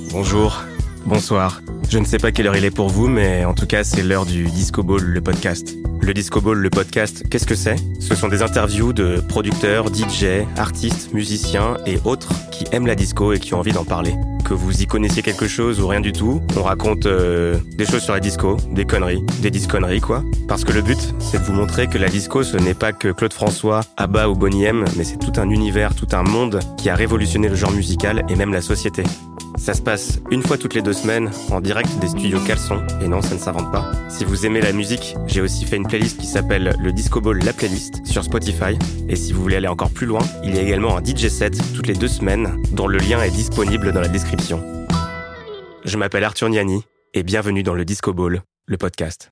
Bonjour, bonsoir. Je ne sais pas quelle heure il est pour vous, mais en tout cas, c'est l'heure du Disco Ball, le podcast. Le Disco Ball, le podcast, qu'est-ce que c'est ? Ce sont des interviews de producteurs, DJ, artistes, musiciens et autres qui aiment la disco et qui ont envie d'en parler. Que vous y connaissiez quelque chose ou rien du tout, on raconte des choses sur la disco, des conneries, des disconneries quoi. Parce que le but, c'est de vous montrer que la disco, ce n'est pas que Claude François, ABBA ou Boney M, mais c'est tout un univers, tout un monde qui a révolutionné le genre musical et même la société. Ça se passe une fois toutes les 2 semaines, en direct des studios Caleçon, et non, ça ne s'invente pas. Si vous aimez la musique, j'ai aussi fait une playlist qui s'appelle le Disco Ball, la playlist, sur Spotify. Et si vous voulez aller encore plus loin, il y a également un DJ set toutes les 2 semaines, dont le lien est disponible dans la description. Je m'appelle Arthur Niani, et bienvenue dans le Disco Ball, le podcast.